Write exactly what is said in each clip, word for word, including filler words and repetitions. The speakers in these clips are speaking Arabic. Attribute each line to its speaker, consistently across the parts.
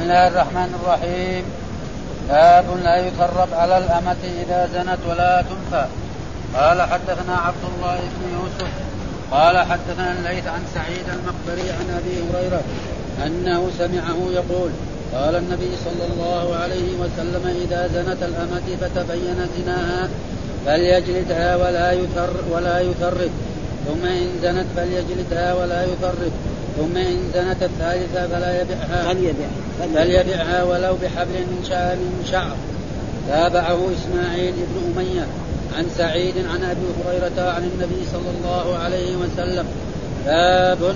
Speaker 1: الله الرحمن الرحيم. باب لا يثرب على الأمة إذا زنت ولا تنفى. قال حدثنا عبد الله بن يوسف قال حدثنا الليث عن سعيد المقبري عن أبي هريرة أنه سمعه يقول قال النبي صلى الله عليه وسلم إذا زنت الأمة فتبين زناها فليجلدها ولا يثر ولا يثرب، ثم إن زنت فليجلدها ولا يثرب، ثم إن زنت الثالثة فلا يبيعها فليبيعها ولو بحبل من شعر من شعر. تابعه إسماعيل بن أمية عن سعيد عن أبي هريرة عن النبي صلى الله عليه وسلم. باب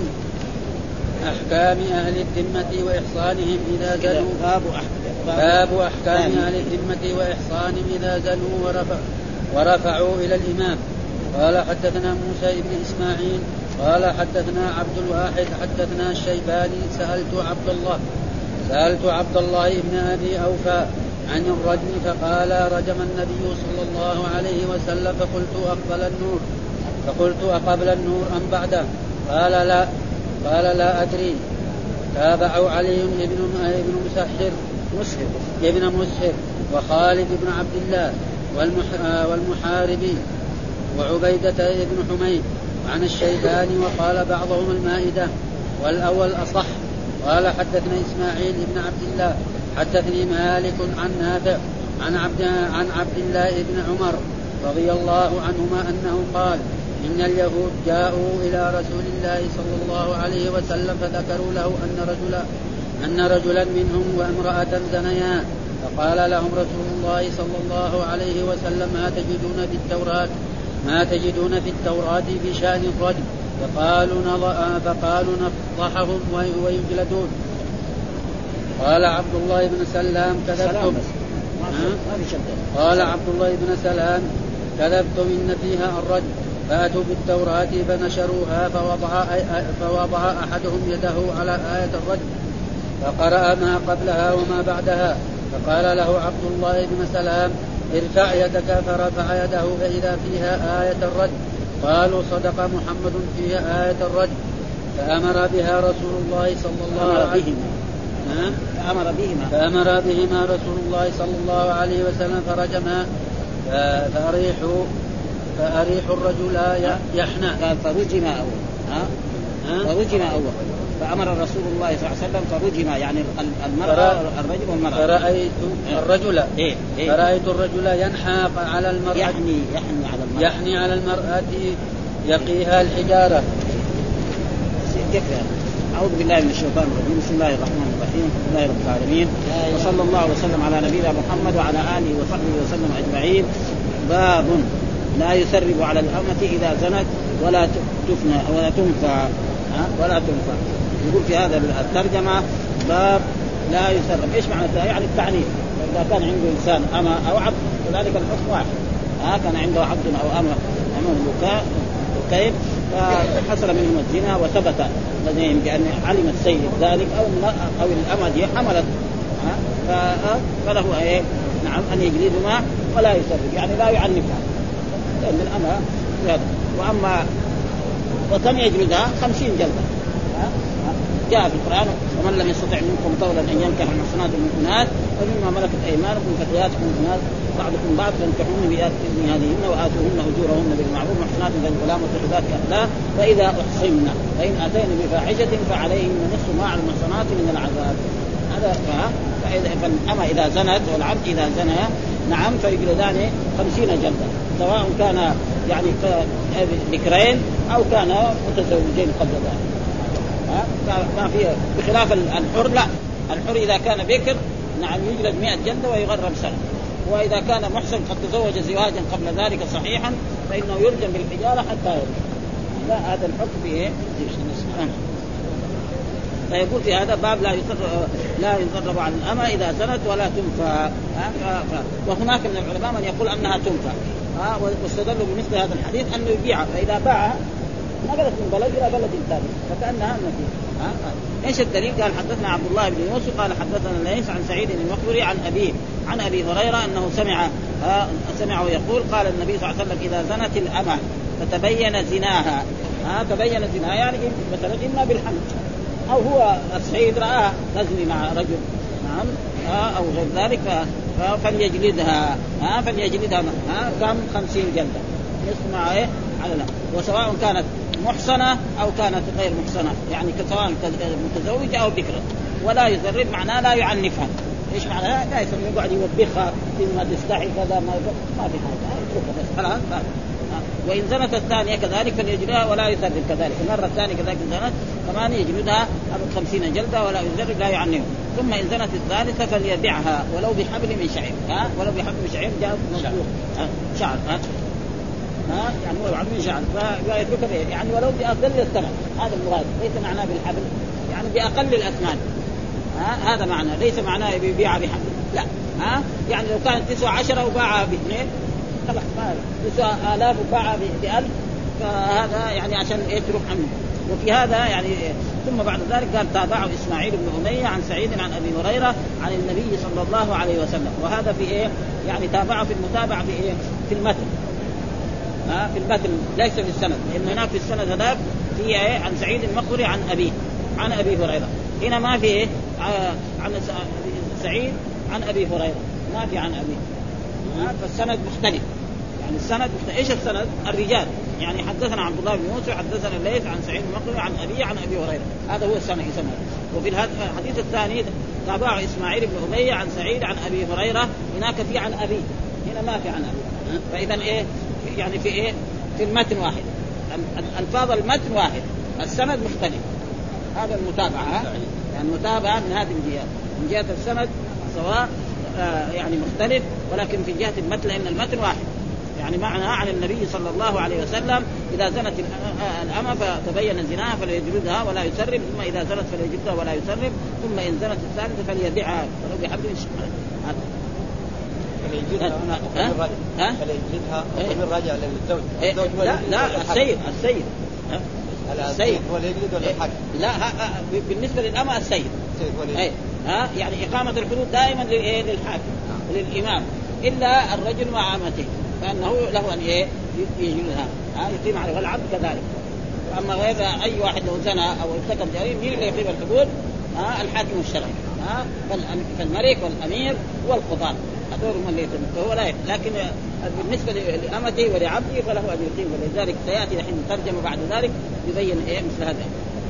Speaker 1: أحكام أهل الذمة وإحصانهم إذا زنوا.
Speaker 2: باب أحكام,
Speaker 1: باب أحكام أهل الذمة وإحصانهم إذا زنوا ورفع ورفعوا إلى الإمام. قال حدثنا موسى بن إسماعيل قال حدثنا عبد الواحد حدثنا الشيباني سألت عبد الله سألت عبد الله بن أبي أوفى عن الرجم فقال رجم النبي صلى الله عليه وسلم فقلت أقبل النور فقلت أقبل النور أم بعده؟ قال لا قال لا أدري. تابعوا علي بن ابن مسحر مسحر ابن مسحر وخالد بن عبد الله والمحاربي وعبيدة بن حميد عن الشيباني وقال بعضهم المائدة والأول أصح. قال حدثنا إسماعيل بن عبد الله حدثني مالك عن نافع عن عبد عن عبد الله بن عمر رضي الله عنهما أنه قال إن اليهود جاءوا إلى رسول الله صلى الله عليه وسلم فذكروا له أن رجلا أن رجلا منهم وامرأة زنيا، فقال لهم رسول الله صلى الله عليه وسلم ما تجدون في التوراة ما تجدون في التوراة في شأن الرجم؟ فقالوا فقالوا نفضحهم ويجلدون. قال عبد الله بن سلام كذبتم قال عبد الله بن سلام كذبتم إن فيها الرجم، فأتوا بالتوراة فنشروها فوضع, فوضع أحدهم يده على آية الرجم فقرأ ما قبلها وما بعدها، فقال له عبد الله بن سلام ارفع يدك، فرفع يده فإذا فيها آية الرجم. قالوا صدق محمد فيها آية الرجم، فأمر بها رسول الله صلى الله عليه وسلم
Speaker 2: فأمر بهما
Speaker 1: فأمر بهما رسول الله صلى الله عليه وسلم فرجما فأريحوا فأريحوا الرجل يحنى
Speaker 2: فرجم أول فرجم أول فأمر رسول الله صلى الله عليه وسلم فرجم يعني المرأة الرجل والمرأة.
Speaker 1: فرأيت الرجل
Speaker 2: إيه إيه
Speaker 1: فرأيت الرجل ينحى على المرأة
Speaker 2: يحني يحني على المرأة
Speaker 1: يحني على المرأة يقيها الحجارة.
Speaker 2: أعوذ بالله من الشيطان الرجيم. بسم الله الرحمن الرحيم. الحمد لله رب العالمين وصلى الله وسلم على نبينا محمد وعلى آله وصحبه وسلم أجمعين. باب لا يثرب على الأمة إذا زنت ولا تفنى ولا تنفى ولا تنفى. يقول في هذا الترجمة باب لا يثرب. إيش معنى يعني التعنيف؟ إذا كان عنده إنسان أما أو عبد وذلك الحكم واحد. ها كان عنده عبد أو أما أمام بكاء كيف فحصل منهم الزنا وثبت لديهم بأن علم السيد ذلك أو أو الأمة دي حملت فله إيه نعم أن يجلدهما ولا يثرب يعني لا يعنفها لأن الأمة وأما وكم يجلدها خمسين جلدة. جاء في القرآن ومن لم يستطع منكم طولا أن ينكح المحصنات المؤمنات ومما ملكت أيمانكم فتياتكم المؤمنات بعضكم بعض فانكحوهن بإذن هذهن وآتوهن أجورهن بالمعروف محصنات غير غلام متخذات أخلاق فإذا أحصن فإن أتين بفاحشة فعليهن نصف ما على المحصنات من العذاب. هذا فإذا فالأمة إذا زنت والعبد إذا زنى نعم فيجلدان خمسين جلدة سواء كان يعني ذكرين أو كان متزوجين قبل ذلك. ما فيه بخلاف الحر لا الحر إذا كان بكر نعم يجلد مئة جلدة ويغرم سنة، وإذا كان محسن قد تزوج زواجا قبل ذلك صحيحا فإنه يرجم بالحجارة حتى يرجم. لا هذا الحكم فيه فيقول في هذا باب لا لا يضرب عن الأمة إذا زنت ولا تنفى. وهناك من العلماء من يقول أنها تنفى واستدلوا بمثل هذا الحديث أنه يبيعها فإذا باعها نقلت من بلد إلى بلد ثاني فكأنها نفي. ايش الدليل؟ قال حدثنا عبد الله بن يوسف قال حدثنا الليث عن سعيد المقبري عن أبيه عن أبي هريرة أنه سمع سمعه يقول قال النبي صلى الله عليه وسلم إذا زنت الأمة فتبين زناها تبين زناها يعني مثلا إما بالحمل أو هو السيد رآه تزني مع رجل ها أو غير ذلك فليجلدها ها فليجلدها ها كم خمسين جلدة يسمع إيه على لا. وسواء كانت محصنة أو كانت غير محصنة يعني سواء متزوجة أو بكرة ولا يزرب معناه لا يعنفها. إيش معناه؟ لا يسمى يقعد يوبخها ما تستحي كذا ما ما في حاجة يتركها بس خلاص. وإن زنت الثانية كذلك فليجلدها ولا يزرب كذلك. المرة الثانية كذلك زنت كمان يجلدها خمسين جلدة ولا يزرب لا يعنفها. ثم إن زنت الثالثة فليبيعها ولو بحبل من شعير ها ولو بحبل من شعير جاء مصبوغ شعر ها ها يعني هو عظيم شعر فيتركها يعني ولو بأقل الثمن. هذا المراد ليس معناه بالحبل يعني بأقل الأثمان ها هذا معناه ليس معناه يبيعها بحبل لا ها يعني لو كانت تسوى عشرة وباعها باثنين خلاص ما تسوى آلاف وباعها بألف فهذا يعني عشان يترك عنه. وفي هذا يعني ثم بعد ذلك قال تابعه إسماعيل بن أمية عن سعيد عن أبي هريرة عن النبي صلى الله عليه وسلم. وهذا في إيه يعني تابعه في المتابعة في إيه في المتن ها في المتن ليس في السند لأن هناك في السند هذا في إيه عن سعيد المقبري عن أبي عن أبي هريرة. هنا ما في إيه عن سعيد عن أبي هريرة ما في عن أبي فالسند مختلف يعني السند مختلف. إيش السند؟ الرجال يعني حدثنا عبد الله بن موسى حدثنا الليث عن سعيد المقبري عن أبي عن أبي هريرة هذا هو السند يسمى. وفي الحديث الثاني تابعه إسماعيل بن أمية عن سعيد عن أبي هريرة هناك في عن أبي هنا ما في عن أبي. فإذا إيه يعني في إيه في المتن واحد الفاظ المتن واحد السند مختلف. هذا المتابعة يعني متابعة من هذه الجهات من جهة السند سواء آه يعني مختلف ولكن في جهة المتن لأن المتن واحد يعني معنى عن النبي صلى الله عليه وسلم إذا زنت الأمة فتبين زناها فليجلدها ولا يسرب ثم إذا زنت فليجلدها ولا يسرب ثم إن زنت الثالثة فليبيعها ولو بحبل
Speaker 3: فليجلدها ها فليجلدها ومن راجع للزوج الزوج
Speaker 2: لا لا السيد السيد
Speaker 3: السيد هو اللي يجلد ولا الحاكم؟
Speaker 2: لا بالنسبة للأمة السيد أي ها يعني إقامة الحدود دائما للحاكم للإمام إلا الرجل مع أمته فأنه له أن يجلدها ها يقيم عليه والعبد كذلك. أما غير أي واحد لو زنى أو ارتكب جريمة مين اللي يقيم الحدود؟ ها الحاكم الشرعي ها فالملك والأمير والقضاة هذول هم اللي يتمكنوا ولا لكن بالنسبة لأمته ولعبده فله أن يقيم. ولذلك سيأتي الحين ترجمة بعد ذلك يبين إيه مثل هذا.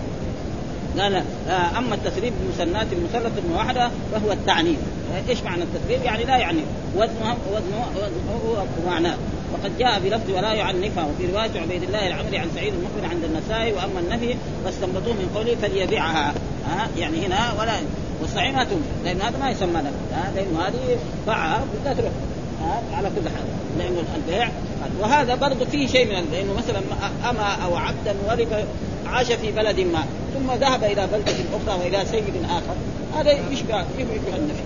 Speaker 2: لا لا أما التسريب بمسنات المثلث واحدة فهو التعنيف. إيش معنى التسريب؟ يعني لا يعني وزنه وزنه هو معناه. وقد جاء بلفظ ولا يعنفها. وفي رواية عبيد الله العمري عن سعيد المقبري عند النسائي. وأما النفي فاستنبطوه من قوله فليبيعها ها يعني هنا ولا والصحيح ما تنفي لأن هذا ما يسمى نفي لأن هذه باعها بتترك على كل حال لأنه البيع. وهذا برضو فيه شيء من لأنه مثلا أما أو عبدا ولد عاش في بلد ما ثم ذهب إلى بلدة أخرى وإلى سيد آخر هذا يشبه يشبه النفي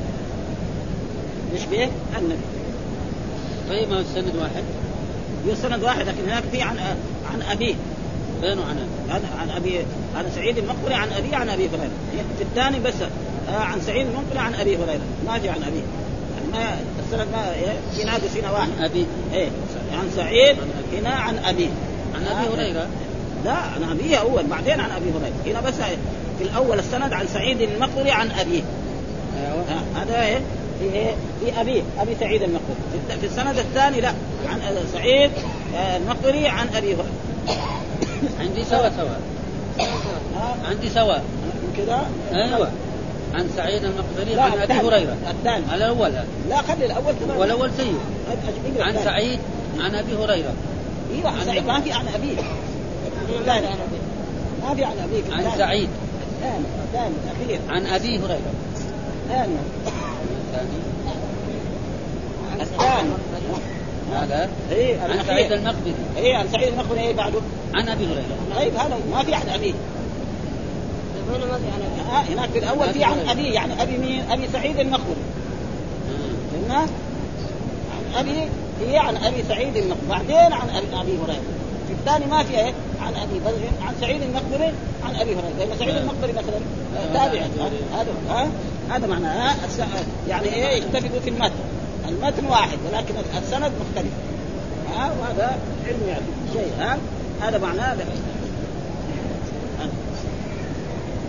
Speaker 2: يشبه النفي.
Speaker 1: طيب ما السند واحد
Speaker 2: يسند واحد لكن هناك فيه عن عن أبيه
Speaker 1: بينه عن
Speaker 2: عن عن أبي عن سعيد المقبري عن أبي عن أبي هريرة. في الثاني بس عن سعيد المقبري عن أبي هريرة ما في عن أبي ما السند ما ينادس هنا واحد
Speaker 1: أبي
Speaker 2: إيه عن سعيد هنا عن أبي
Speaker 1: عن أبي هريرة
Speaker 2: لا عن أبيه أول بعدين عن أبي هريرة. هنا بس في الأول السند عن سعيد المقبري عن أبيه هذا إيه في في أبيه أبي سعيد المقبري. في السند الثاني لا عن سعيد المقبري عن أبي هريرة.
Speaker 1: عندي سوا سوا عندي سوا
Speaker 2: كذا
Speaker 1: أيوة عن سعيد المقبري عن أبي هريرة
Speaker 2: الثاني
Speaker 1: على الأول
Speaker 2: لا خلي الأول كمان
Speaker 1: والأول سيء عن سعيد عن أبي هريرة.
Speaker 2: ايوه عن سعيد ما في عن أبيه لا لا ما في عن أبيه
Speaker 1: عن سعيد
Speaker 2: ثاني أخير
Speaker 1: عن أبي هريرة
Speaker 2: ثاني الثاني
Speaker 1: هذا
Speaker 2: ايه
Speaker 1: عن سعيد المقبري
Speaker 2: ايه عن سعيد المقبري ايه بعده
Speaker 1: عن أبي هريرة.
Speaker 2: طيب هذا ما في عن أبيه
Speaker 4: هنا ما في عن أبيه
Speaker 2: آه هناك في الأول في عن أبيه يعني أبي مين أبي سعيد المقبري هنا عن أبي هي عن أبي سعيد المقبري بعدين عن أبي, أبي هريرة. في الثاني ما في ايه عن أبي عن سعيد المقبري عن أبي هريرة لأن سعيد المقبري مثلا تابع هذا ها هذا معناه يعني ايه يتفقوا في المتن المتن واحد ولكن السند مختلف ها وهذا علم يعني شيء ها هذا معناه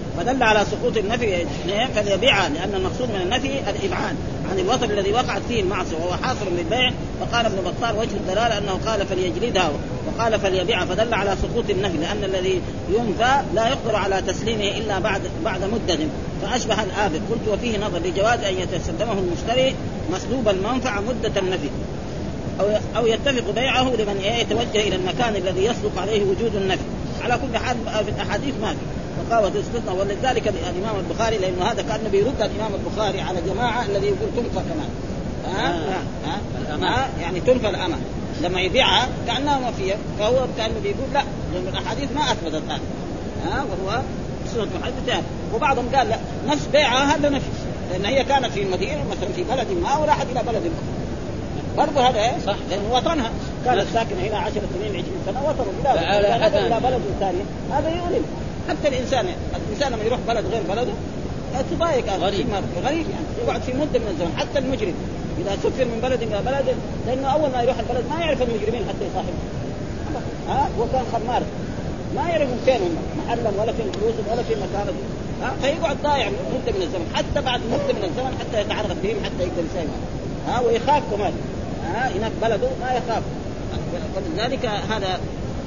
Speaker 2: فدل على سقوط النفي فليبيعها، لأن المقصود من النفي الإبعاد عن الوطن الذي وقعت فيه المعصية وهو حاصل للبيع. فقال ابن بطال وجه الدلالة أنه قال فليجلدها وقال فليبيعها، فدل على سقوط النفي، لأن الذي ينفى لا يقدر على تسليمه إلا بعد بعد مدة، فأشبه الآبق. قلت وفيه نظر لجواز أن يتسلمه المشتري مسلوب المنفعة مدة النفي، أو أو يتفق بيعه لمن يتوجه إلى المكان الذي يصدق عليه وجود النفي. على كل حال في الأحاديث ما في وقاوة استثناء. ولذلك الإمام البخاري لأنه هذا كان بيرد الإمام البخاري على جماعة الذي يقول تنفى كمان ها ها ها يعني تنفى الأمة لما يبيعها كأنها ما فيها، فهو كأنه بيقول لا، لأن الأحاديث ما أثبتت هذا ها وهو سنة الحديث. وبعضهم قال لا نفس بيعها هذا نفس، لأن هي كانت في المدينة مثلا في بلد ما وراحت إلى بلد برضه هذا صح، لأن وطنها كانت ساكنة هنا عشرة سنين عشرين سنة وطنوا بلاد إلى بلد ثاني. هذا يؤلم حتى الإنسان الإنسان لما يروح بلد غير بلده تضايق غريب غريب يعني يقعد في مدة من الزمن. حتى المجرم إذا سفر من بلد إلى بلد، لأنه أول ما يروح البلد ما يعرف المجرمين حتى يصاحبهم. ها هو كان خمار ما يعرف فين محلا ولا في فلوس ولا في مكانه، ها فيقعد ضايع مدة من الزمن. حتى بعد مدة من الزمن حتى يتعرف بهم حتى يقدر يساهم، ها ويخاف كمان. ها هناك بلده ما يخاف. ولذلك هذا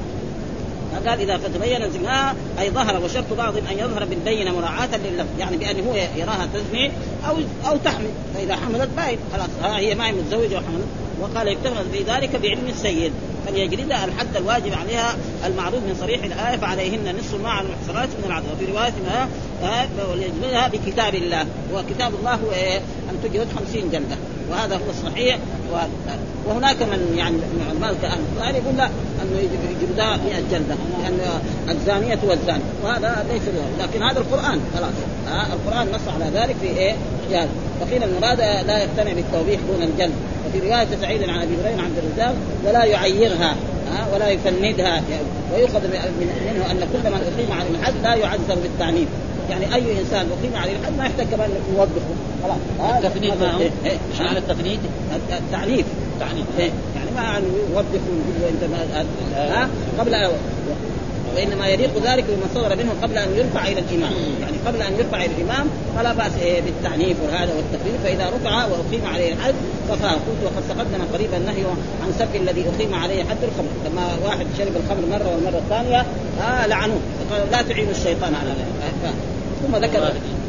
Speaker 2: قال إذا فتبين الزنا أي ظهر، وشرط بعض أن يظهر بالبينة مراعاة لللفظ، يعني بأنه هو يراها تزني أو أو تحمل، فإذا حملت باين خلاص ها هي معي متزوجة وحملت. وقال يكتفى في ذلك بعلم السيد فليجلدها الحد الواجب عليها المعروف من صريح الآية فعليهن نصف ما على المحصنات من العدل. وفي رواية ما وليجلدها بكتاب الله، وكتاب الله هو إيه؟ أن تجلد خمسين جلدة، وهذا هو الصحيح. وهناك من يعني من علماء كأهل يقول لا أنه يجلدها مئة جلدة لأن الزانية والزاني، وهذا ليس له. لكن هذا القرآن خلاص ها القرآن نص على ذلك في إيه جهاد. فقيل المراد لا يقتنع بالتوبيخ دون الجلد. وفي رواية سعيد عن أبي هريرة عند الرجال ولا يعيرها ها ولا يفندها، ويؤخذ منه أن كل من أقيم على الحد لا يعذر بالتعنيف، يعني أي إنسان أقيم عليه الحد ما يحتاج كمان يوظفه خلاص.
Speaker 1: التفنيد ما هو مش على التفنيد
Speaker 2: التعنيف تعنيف يعني ما يعني يوظفه أنت ما ها قبل، وإنما يليق ذلك بما صدر منه قبل أن يرفع إلى الإمام، يعني قبل أن يرفع إلى الإمام فلا بأس بالتعنيف وهذا والتقرير. فإذا رفع وأقيم عليه الحد ففاه. قلت وقد تقدم قريبا النهي عن سب الذي أقيم عليه حد الخمر، لما واحد شرب الخمر مرة والمرة الثانية آه لعنوه فقال لا تعين الشيطان على ذلك. ثم ذكر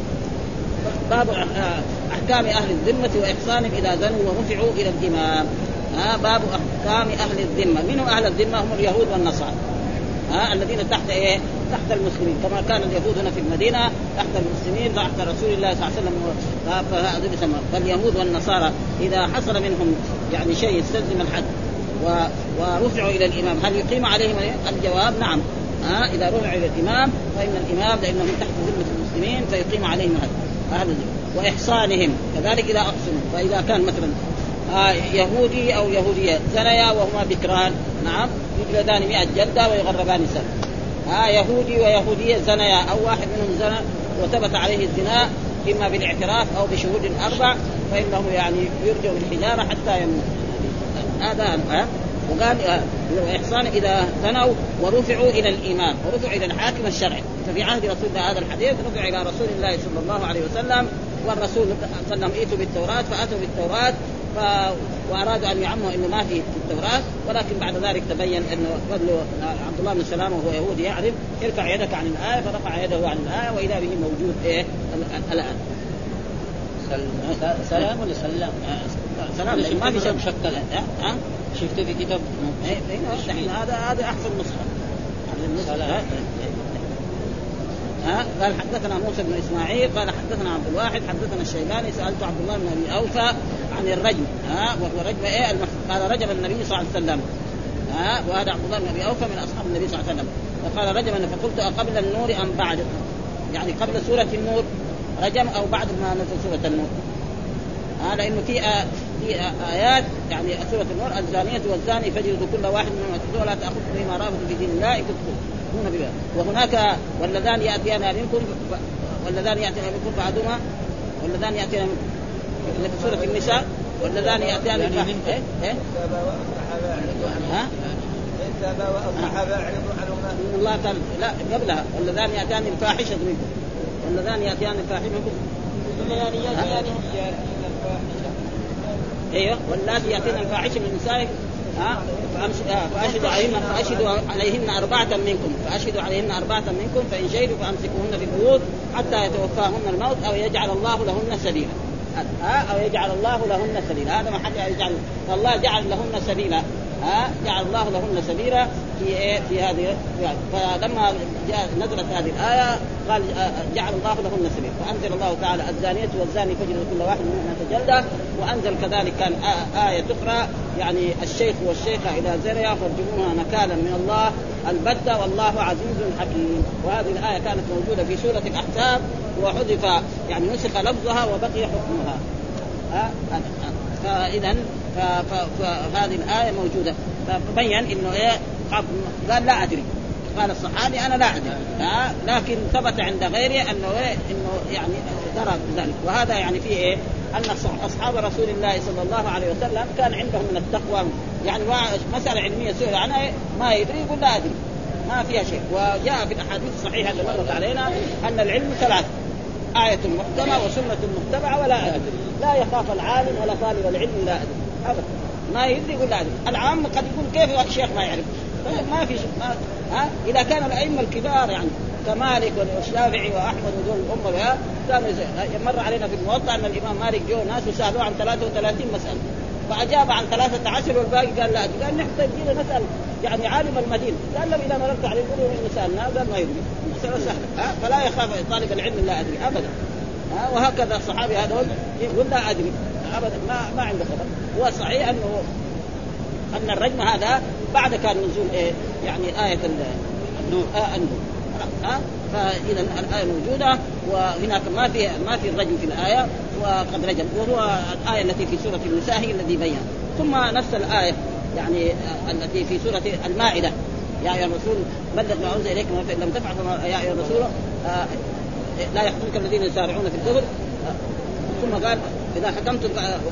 Speaker 2: باب أحكام أهل الذمة وإحصانهم إذا زنوا ورفعوا إلى الإمام. آه باب أحكام أهل الذمة. منهم أهل الذمة هم اليهود والنصارى ها الذين تحت ايه تحت المسلمين، كما كان اليهود هنا في المدينه تحت المسلمين تحت رسول الله صلى الله عليه وسلم. فهذا يسمى فاليهود والنصارى اذا حصل منهم يعني شيء يستلزم الحد ورفعوا الى الامام هل يقيم عليهم؟ الجواب نعم. ها اذا رفعوا الى الامام فان الامام لانهم تحت ذمه المسلمين فيقيم عليهم الحد. هذا واحصانهم كذلك اذا اقسموا، فاذا كان مثلا آه يهودي او يهوديه زنيا وهما بكران نعم يجلدان مئة جلدة ويغربان سنة. ها يهودي ويهودية زنيا أو واحد منهم زنى وثبت عليه الزنا إما بالاعتراف أو بشهود أربع فإنهم يعني يرجعوا بالحجارة حتى يموت. هذا ها وقال إحصان إذا زنوا ورفعوا إلى الإمام ورفعوا إلى الحاكم الشرعي. ففي عهد رسول الله هذا الحديث رفع إلى رسول الله صلى الله عليه وسلم، والرسول صلى الله عليه وسلم ائتوا بالتوراة فأتوا بالتوراة ف... وأرادوا أن يعموا إنه ما في التوراة، ولكن بعد ذلك تبين أنه قالوا عبد الله بن سلام وهو يهودي يعرف ارفع يدك عن الآية فرفع يده عن الآية وإذا به موجود إيه الآن.
Speaker 1: سلام ولا سلام؟
Speaker 2: سلام ما في شيء مشكل. ها
Speaker 1: شفته في كتاب
Speaker 2: إيه هذا هذا أحسن نسخة. ها قال حدثنا موسى بن إسماعيل قال حدثنا عبد الواحد حدثنا الشيباني سألت عبد الله بن أبي أوفى عن الرجم. ها وهو رجم إيه قال رجم النبي صلى الله عليه وسلم. ها وهذا عبد الله بن أبي أوفى من أصحاب النبي صلى الله عليه وسلم. فقال رجم فقلت أقبل النور أم بعد، يعني قبل سورة النور رجم أو بعد ما نزل سورة النور. ها لأنه في آه في آه آيات يعني سورة النور الزانية والزاني فجلدوا كل واحد منهم يقتلوا ولا تأخذوا بما رافضوا في دين الله يكتبوا. وهناك واللذان يأتيان منكم واللذان يأتيان منكم بعدهما واللذان يأتيان في سورة النساء واللذان يأتيان منكم إيه إيه ها الله قال لا قبلها واللذان يأتيان الفاحشة منكم واللذان يأتيان الفاحشة ايوه واللاتي يأتين الفاحشة من نسائكم ها فأشهدوا عليهن فأشهدوا عليهن أربعة منكم فأشهدوا عليهن أربعة منكم فإن شهدوا فأمسكوهن في البيوت حتى يتوفاهن الموت أو يجعل الله لهن سبيلا أو يجعل الله لهن سبيلا. هذا محل يجعل الله جعل لهن سبيلا ها جعل الله لهن سبيلا في في هذه. فلما نزلت هذه الآية قال جعل الله لهن سبيلا فأنزل الله تعالى الزانية والزاني فاجلدوا كل واحد منهما جلدة. وأنزل كذلك كان آية أخرى يعني الشيخ والشيخة إذا زنيا فارجموها نكالا من الله البتة والله عزيز حكيم. وهذه الآية كانت موجودة في سورة الأحزاب وحذف يعني نسخ لفظها وبقي حكمها. فإذا فهذه الآية موجودة فبين إنه إيه قال لا أدري قال الصحابي أنا لا أدري لكن ثبت عند غيره أنه إيه إنه يعني درى ذلك. وهذا يعني فيه إيه أن أصحاب رسول الله صلى الله عليه وسلم كان عندهم من التقوى يعني مسألة علمية سئل عنها ما يدري يقول لا أدري ما فيها شيء. وجاء في الأحاديث الصحيحة التي مرت علينا أن العلم ثلاث آية محكمة وسنة متبعة ولا أدري. لا يخاف العالم ولا طالب العلم لا أدري أبدا ما يدري يقول لا أدري. العام قد يقول كيف الشيخ ما يعرف ما في شيء ما ها إذا كان الأئمة الكبار يعني كمالك والشافعي وأحمد ودول الأمة كانوا مر علينا في الموطأ أن الإمام مالك جو ناس وسألوه عن ثلاثة وثلاثين مسألة فأجاب عن ثلاثة عشر والباقي قال لا أدري. قال نحتاج إلى نسأل يعني عالم المدينة قال له إذا مررت عليه يقولوا من سألنا قال ما يدري مسألة سهلة فلا يخاف طالب العلم لا أدري أبدا. وهكذا الصحابي هذول يقول لا أدري أبدا ما ما عنده خبر. هو صحيح أنه أن الرجم هذا بعد كان نزول إيه يعني آية النور آه النور ها. فإذا الآية موجودة وهناك ما في ما في الرجم في الآية وقد رجم وهو الآية التي في سورة النساء هي الذي بين. ثم نفس الآية يعني التي في سورة المائدة يا أيها الرسول بلغ ما أنزل إليك وإن لم تفعل يا أيها الرسول آه لا يحكمك الذين يسارعون في الكفر. ثم قال إذا حكمتم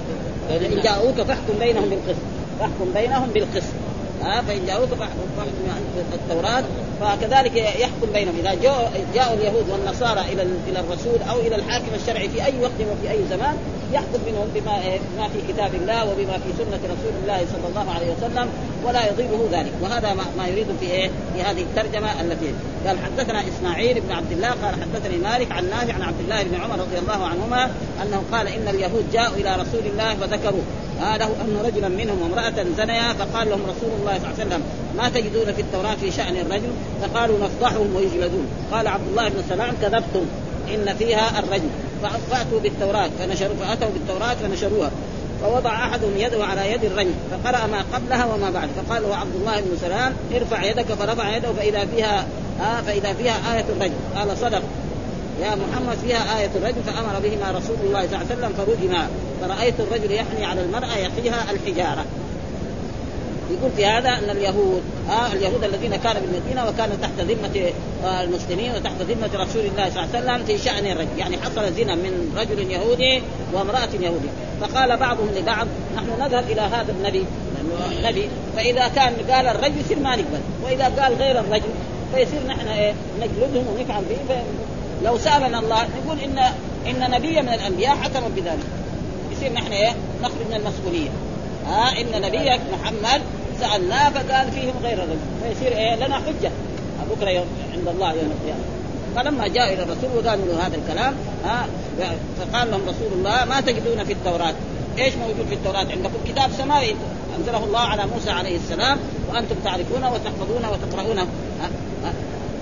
Speaker 2: إن جاءوك فاحكم بينهم بالقسط فاحكم بينهم بالقسط ها فإن جاءوك فاحكم التوراة فكذلك يحكم بينهم. إذا جاءوا اليهود والنصارى إلى إلى الرسول أو إلى الحاكم الشرعي في أي وقت وفي أي زمان يحكم منهم بما ما في كتاب الله وبما في سنة رسول الله صلى الله عليه وسلم ولا يضيره ذلك. وهذا ما يريد في إيه في هذه الترجمة التي قال حدثنا إسماعيل بن عبد الله قال حدثني مالك عن نافع عن عبد الله بن عمر رضي الله عنهما أنه قال إن اليهود جاءوا إلى رسول الله فذكروا له أن رجلا منهم وامرأة زنيا فقال لهم رسول الله صلى الله عليه وسلم ما تجدون في التوراة في شأن الرجل فقالوا نفضحهم ويجلدون. قال عبد الله بن سلام كذبتم إن فيها الرجل فأتوا بالتوراة فنشروا فأتوا بالتوراة فنشروها فوضع أحدهم يده على يد الرجل فقرأ ما قبلها وما بعد فقال له عبد الله بن سلام ارفع يدك فرفع يده فإذا فيها آه فإذا فيها آية الرجل قال صدق يا محمد فيها آية الرجل فأمر بهما رسول الله صلى الله عليه وسلم فرجما فرأيت الرجل يحني على المرأة يقيها الحجارة. يقول في هذا أن اليهود آه اليهود الذين كانوا بالمدينة وكانوا تحت ذمة آه المسلمين وتحت ذمة رسول الله صلى الله عليه وسلم في شأن الرجل يعني حصل زنا من رجل يهودي وامرأة يهودية فقال بعضهم لبعض نحن نذهب إلى هذا النبي النبي فإذا كان قال الرجل يصير ما نقبل وإذا قال غير الرجل فيصير نحن إيه نجلدهم ونفعل به. لو سألنا الله نقول إن إن نبي من الأنبياء حكم بذلك يصير نحن إيه نخرج من المسؤولية ها آه إن نبيك محمد سألناه فقال فيهم غير الرجل فيصير إيه لنا حجة بكرة يوم عند الله يوم القيامة. فلما جاء إلى الرسول وقالوا له هذا الكلام ها آه فقال لهم رسول الله ما تجدون في التوراة إيش موجود في التوراة عندكم كتاب سماوي أنزله الله على موسى عليه السلام وأنتم تعرفونه وتحفظونه وتقرؤونه آه آه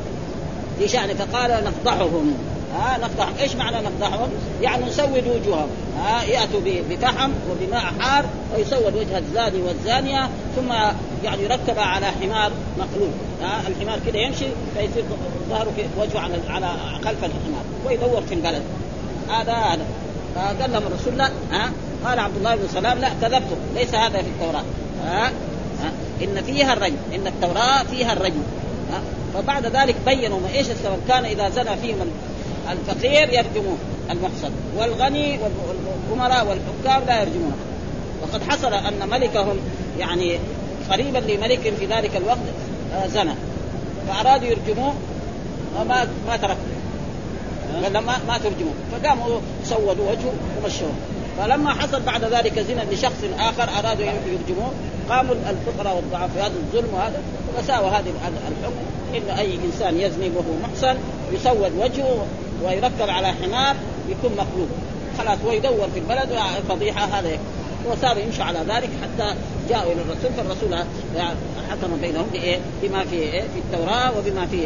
Speaker 2: في شأن فقال نفضحهم ها نفضحهم. ايش معنى نفضحهم؟ يعني نسود وجوههم ها ياتوا بفحم وبماء حار ويسود وجه الزاني والزانيه ثم يعني يركب على حمار مقلوب ها الحمار كده يمشي فيصير ظهره وجهه على على خلف الحمار ويدور في البلد. هذا هذا فقال لهم الرسول لا ها قال عبد الله بن سلام لا كذبتم ليس هذا في التوراة ها, ها ان فيها الرجم ان التوراة فيها الرجم. فبعد ذلك بينوا ما ايش السبب كان اذا زنى فيهم الفقير يرجموه المحصن والغني والأمراء والحكام لا يرجمونه. وقد حصل ان ملكهم يعني قريبا لملك في ذلك الوقت زنى فارادوا يرجموه وما ما تركوا قال ما ما ترجموا، فقاموا سودوا وجهه ومشوه. فلما حصل بعد ذلك زنا لشخص آخر أرادوا يرجموه، قاموا الفقراء والضعاف في هذا الظلم وهذا وساوى هذا الحكم إن أي إنسان يزني وهو محصن يسود وجهه ويركب على حمار يكون مقلوب خلاص، ويدور في البلد فضيحة هذا، وصار يمشي على ذلك حتى جاءوا إلى الرسول، فالرسول حكم بينهم بما في في التوراة وبما في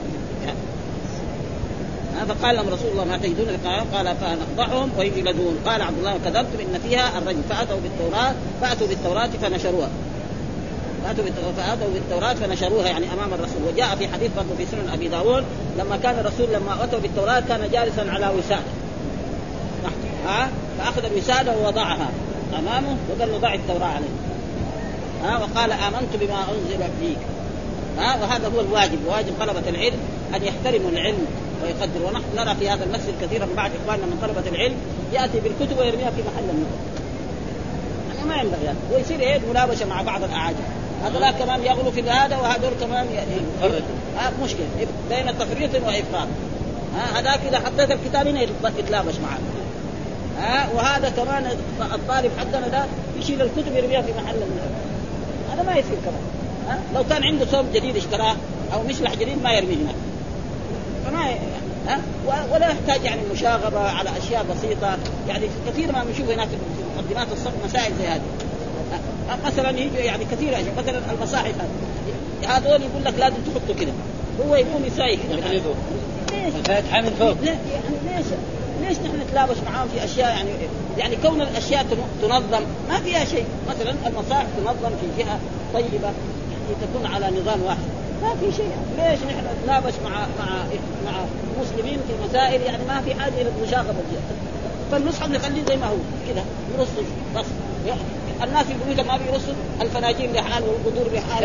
Speaker 2: فقال لهم رسول الله ما تجدون؟ قال فنقطعهم ويجلدون. قال عبد الله كذبتم إن فيها الرجم، فأتوا بالتوراة فأتوا بالتوراة فنشروها فأتوا فأتوا بالتوراة فنشروها يعني أمام الرسول. وجاء في حديث برضه في سنن أبي داود لما كان الرسول لما أتوا بالتوراة كان جالسا على وسادة ها فأخذ الوسادة ووضعها أمامه وقال له ضع التوراة عليه ها وقال آمنت بما أنزل فيك ها. وهذا هو الواجب، واجب طلبة العلم أن يحترموا العلم ويقدر. ونحن نرى في هذا المسجد كثيرا من بعض إخواننا من طلبة العلم يأتي بالكتب ويرميها في محل النظر، يعني ما ينبغي يعني. ويصير إيه مناوشة مع بعض الأعاجم، هذول كمان يغلوا في هذا وهذول كمان يفرط آه مشكلة بين تفريط وإفراط. ها هذا كذا حطيت الكتاب هنا يتلابش معه ها، وهذا كمان الطالب حقنا ده يشيل الكتب يرميها في محل النظر، هذا ما يصير كمان. ها لو كان عنده صوب جديد اشتراه أو مشلح جديد ما يرميه هناك، فما ها ولا يحتاج يعني مشاغبة على أشياء بسيطة. يعني كثير ما بنشوف هناك في مقدمات الصف مسائل زي هذه مثلا يجي يعني كثير أشياء، مثلا المصاحف هذول يقول لك لازم تحطه كده، هو يقوم يسايق ليش
Speaker 1: الفاتحة من فوق.
Speaker 2: لا يعني ليش ليش نحن نتلابش معاهم في أشياء يعني يعني كون الأشياء تنظم ما فيها شيء. مثلا المصاحف تنظم في جهة طيبة يعني تكون على نظام واحد ما في شيء. ليش نحن نتلابش مع مع مع مسلمين في مسائل يعني ما في حاجة إلى المشاغبة فيها؟ فالمصحف نخليه زي ما هو كده يرصوا بس. الناس يقولوا ما بيرصوا الفناجين لحال والقدور لحال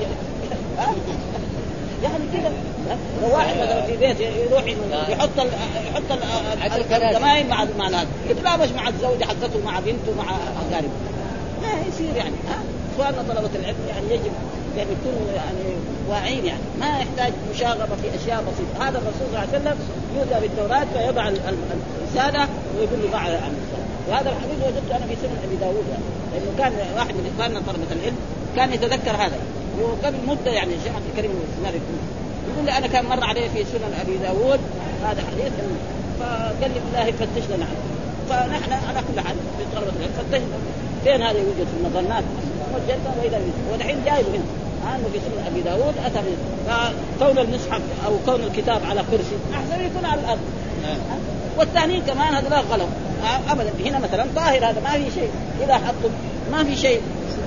Speaker 2: يعني كده. لو واحد مثلا في بيت يروح يحط ال يحط الزمايل مع مع هذا يتلابش مع الزوجة حقته مع بنته مع أقاربه ما يصير يعني. ها إخواننا طلبة العلم يعني يجب يعني يكونوا يعني واعين، يعني ما يحتاج مشاغبة في أشياء بسيطة. هذا الرسول صلى الله عليه وسلم يؤتى بالتوراة فيضع الرسالة ويقول له ضع عن الرسالة. وهذا الحديث وجدته أنا في سنن أبي داود يعني. لأنه كان واحد من إخواننا طلبة العلم كان يتذكر هذا وقبل مدة يعني الشيخ عبد الكريم يقول لي أنا كان مر عليه في سنن أبي داود هذا حديث، فقال لي بالله فتش لنا عنه. فنحن على كل حال في طلبة العلم فتشنا فين هذا يوجد في المظنات وجدنا وإذا ودحين جايب هنا عنه في سنن أبي داود أتى فكون المصحف أو كون الكتاب على كرسي أحسن يكون على الأرض. والثاني كمان هذا لا غلط أبدا. هنا مثلا طاهر هذا ما في شيء، إذا حطوا ما في شيء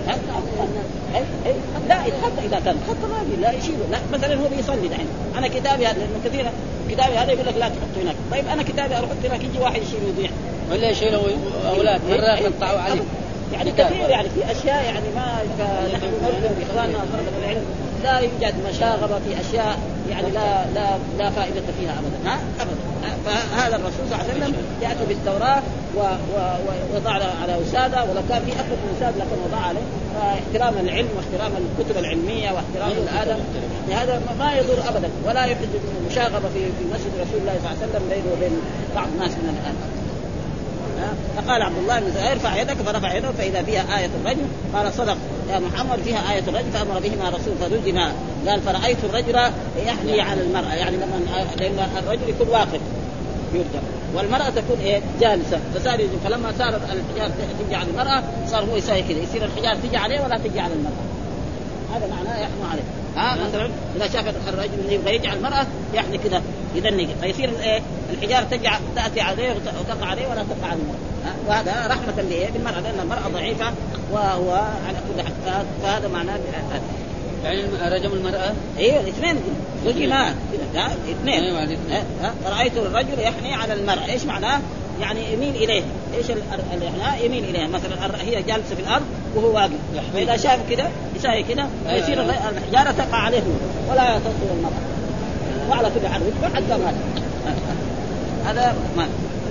Speaker 2: لا يتحط إذا كان حط ما في لا يشيله. لا مثلا هو بيصلي دحين أنا كتابي هذا لأنه كثير كتابي هذا يقول لك لا تحطه هناك. طيب أنا كتابي أروح هناك يجي واحد يشيل يضيع
Speaker 1: ولا يشيله أولاد مرة يقطعوا عليه
Speaker 2: يعني كثير يعني في أشياء يعني ما نحن نرجو بإخواننا طلبة العلم لا يوجد مشاغبة في أشياء يعني لا لا لا فائدة فيها أبدا ها أبدا. فهذا الرسول صلى الله عليه وسلم يأتي بالتوراة ووضع على وسادة، ولو كان في أكثر من وسادة لكن وضع عليه. فاحترام العلم واحترام الكتب العلمية واحترام الآدم هذا ما يضر أبدا ولا يحدث مشاغبة في في مسجد رسول الله صلى الله عليه وسلم بينه وبين بعض الناس من الآن. فقال عبد الله بن زهير ارفع يدك فرفع يده فإذا فيها آية الرجم. قال صدق يا محمد فيها آية الرجم فأمر بهما رسول فرجم. قال فرأيت الرجل يحني على المرأة يعني لما لأن الرجل يكون واقف يرجم والمرأة تكون إيه جالسة فصار يرجم. فلما صارت الحجار تجي على المرأة صار هو يساوي كذا يصير الحجار تجي عليه ولا تجي على المرأة. هذا معناه يحنو عليه. ها مثلا إذا شاف الرجل يبغى يجي على المرأة يعني كذا يدنق فيصير الايه الحجاره تجع تاتي عليه وتقع عليه ولا تقع على المرأة. وهذا رحمه بايه بالمرأة لان المرأة ضعيفه وهو على كل حال. فهذا معناه
Speaker 1: يعني رجم المرأة
Speaker 2: ايوه الاثنين رجما كذا اثنين. ها رايت الرجل يحني على المرأة ايش معناه يعني يميل اليه. ايش الاحناء يميل اليه مثلا هي جالسه في الارض وهو واقف فاذا شاف كذا يساوي كذا يصير الحجاره تقع عليه ولا تصل المرأة. وعلى كل حال حتى مات. هذا ما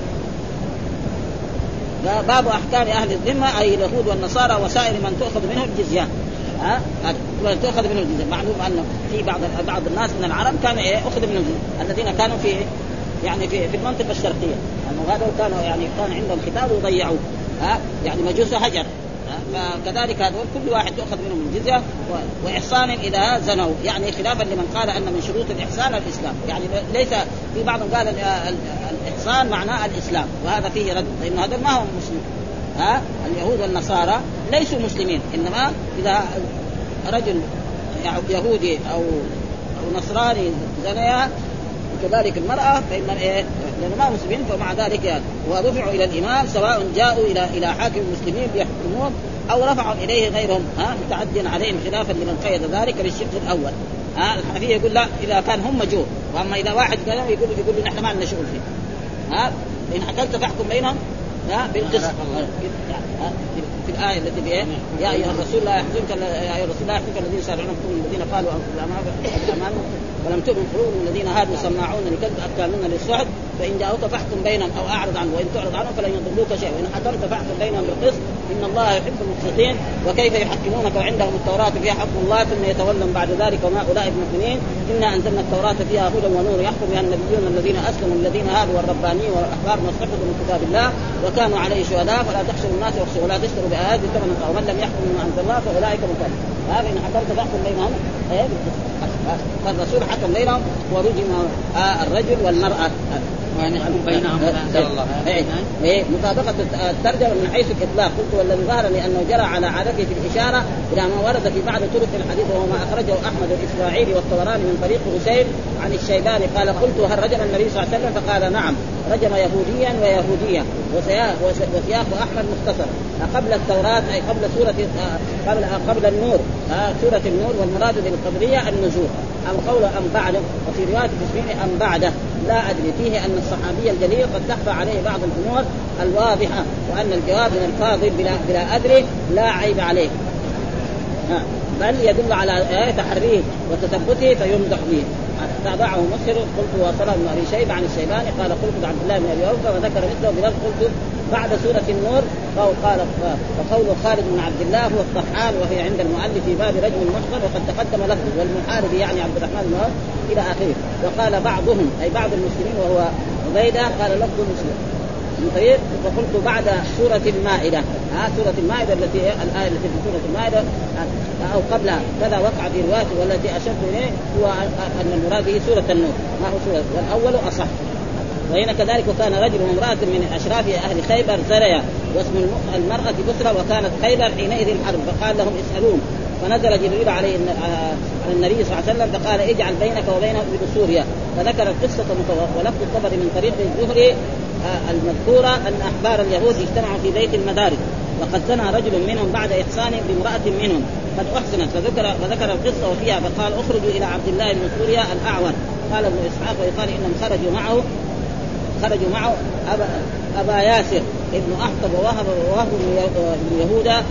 Speaker 2: باب أحكام أهل الذمة أي اليهود والنصارى وسائر من تأخذ منه الجزية. ها أه؟ تأخذ منه الجزية. معلوم أن في بعض بعض الناس من العرب كان أخذ منهم الجزية الذين كانوا في يعني في في المنطقه الشرقيه، انه هذول كانوا يعني كان عندهم كتاب وضيعوه، ها يعني مجوس هجر، فكذلك هذول كل واحد يؤخذ منهم الجزية، وإحصان إذا زنوا، يعني خلافا لمن قال أن من شروط الإحسان الإسلام، يعني ليس في بعض قال الإحسان معناه الإسلام، وهذا فيه رد، لأن هذول ما هم مسلمين، ها اليهود والنصارى ليسوا مسلمين، إنما إذا رجل يهودي أو أو نصراني زنيا كذلك المرأة فإن إيه لأنه ما مسلمين، فمع ذلك يعني ورفعوا إلى الإمام سواء جاءوا إلى إلى حاكم المسلمين بيحكمون أو رفعوا إليه غيرهم، ها متعدين عليهم خلافا لمن قيد ذلك بالشق الأول. ها الحنفية يقول لا إذا كان هم مجور، وأما إذا واحد قال يقول يقول نحن ما لنا شغل فيه، ها إن حكمت فاحكم بينهم ها بالقسط. في الآية التي فيها يا أيها الرسول لا يحزنك يا أيها الرسول لا يحزنك الذين يسارعون في الذين قالوا الأمان ولم تؤمن قلوبهم الذين هادوا سماعون لكذب أكالون للسحت فإن جاءوك فاحكم بينهم أو أعرض عنه وإن تعرض عنه فلن يضروك شيء وإن حكمت فاحكم بينهم بالقسط إن الله يحب المقسطين. وكيف يحكمونك وعندهم التوراة فيها حكم الله ثم يتولون بعد ذلك وما أولئك المؤمنين إنا أنزلنا التوراة فيها هدى ونور يحكم بها النبيون الذين أسلموا الذين هادوا والربانيين والأحبار ما استحفظوا من كتاب الله وكانوا عليه شهداء فلا تخشوا الناس واخشوا ولا تشتروا بآياتي ثمنا ومن لم يحكم بما أنزل الله فأولئك هم الكافرون. هذا إن حكمت فاحكم بينهم إيه فالرسول حكم بينهم ورجم آه الرجل والمرأة
Speaker 1: يعني بينهم أنزل الله
Speaker 2: إيه مطابقة الترجمة من حيث الإطلاق. قلت والذي ظهر لأنه جرى على عادته في الإشارة إلى ما ورد في بعض طرق الحديث وهو ما أخرجه أحمد الإسماعيلي والطبراني من طريق حسين عن الشيباني قال قلت هل رجم النبي صلى الله عليه وسلم فقال نعم رجم يهوديا ويهوديا. وسياق أحمد مختصر قبل التوراة أي قبل سورة قبل قبل النور سورة النور والمراد بالقبلية النزول أم قول أم بعده. وفي رواية تسميه أم بعده لا أدري فيه أن الصحابي الجليل قد تخفى عليه بعض الأمور الواضحة وأن الجواب من الفاضل بلا, بلا أدري لا عيب عليه بل يدل على تحريه وتثبته فيمدح به. تابعه مسلم قلت وصله بن أبي شيبة عن الشيباني قال قلت عبد الله بن أبي أوفى وذكر مثله بلفظ قلت بعد سورة النور قال وقول خالد بن عبد الله هو الطحان وهي عند المؤلف في باب رجل المحصن وقد تقدم لفظه والمحارب يعني عبد الرحمن بن عوف إلى آخره. وقال بعضهم أي بعض المسلمين وهو عبيدة قال لفظ مسلم طيب. وقلت بعد سورة المائدة ها سورة المائدة التي الآية التي في سورة المائدة أو قبلها كذا وقع في رواية والتي أشرت إليه هو أن المراد به سورة النور ما هو سورة والأول أصح. وهنا كذلك وكان رجل وامرأة من أشراف أهل خيبر زريا واسم المرأة بسرى وكانت خيبر حينئذ الحرب فقال لهم اسألون فنزل جبريل عليه على النبي صلى الله عليه وسلم فقال اجعل بينك وبينه بسوريا فذكر القصة ولفظ الطبر من طريق الزهري المذكورة أن أحبار اليهود اجتمعوا في بيت المدارس وقد زنى رجل منهم بعد إحسان بامرأة منهم قد أحسنت فذكر, فذكر القصة وفيها فقال اخرجوا إلى عبد الله بن سوريا الأعور. قال ابن إسحاق ويقال إنهم خرجوا معه خرجوا معه أبا, أبا ياسر ابن أحطب ووهب ووهب بن يهودا